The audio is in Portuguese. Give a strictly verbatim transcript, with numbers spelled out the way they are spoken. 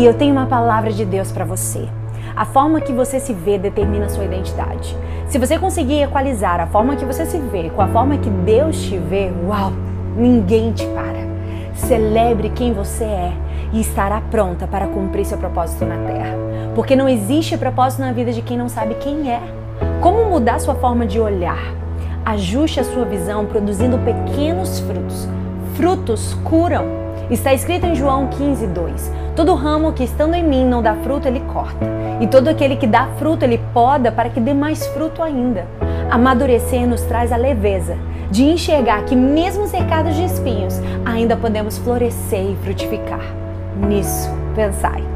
E eu tenho uma palavra de Deus para você. A forma que você se vê determina a sua identidade. Se você conseguir equalizar a forma que você se vê com a forma que Deus te vê, uau, ninguém te para. Celebre quem você é e estará pronta para cumprir seu propósito na Terra. Porque não existe propósito na vida de quem não sabe quem é. Como mudar sua forma de olhar? Ajuste a sua visão produzindo pequenos frutos. Frutos curam. Está escrito em João quinze, dois. Todo ramo que estando em mim não dá fruto, ele corta. E todo aquele que dá fruto, ele poda para que dê mais fruto ainda. Amadurecer nos traz a leveza de enxergar que mesmo cercados de espinhos, ainda podemos florescer e frutificar. Nisso, pensai.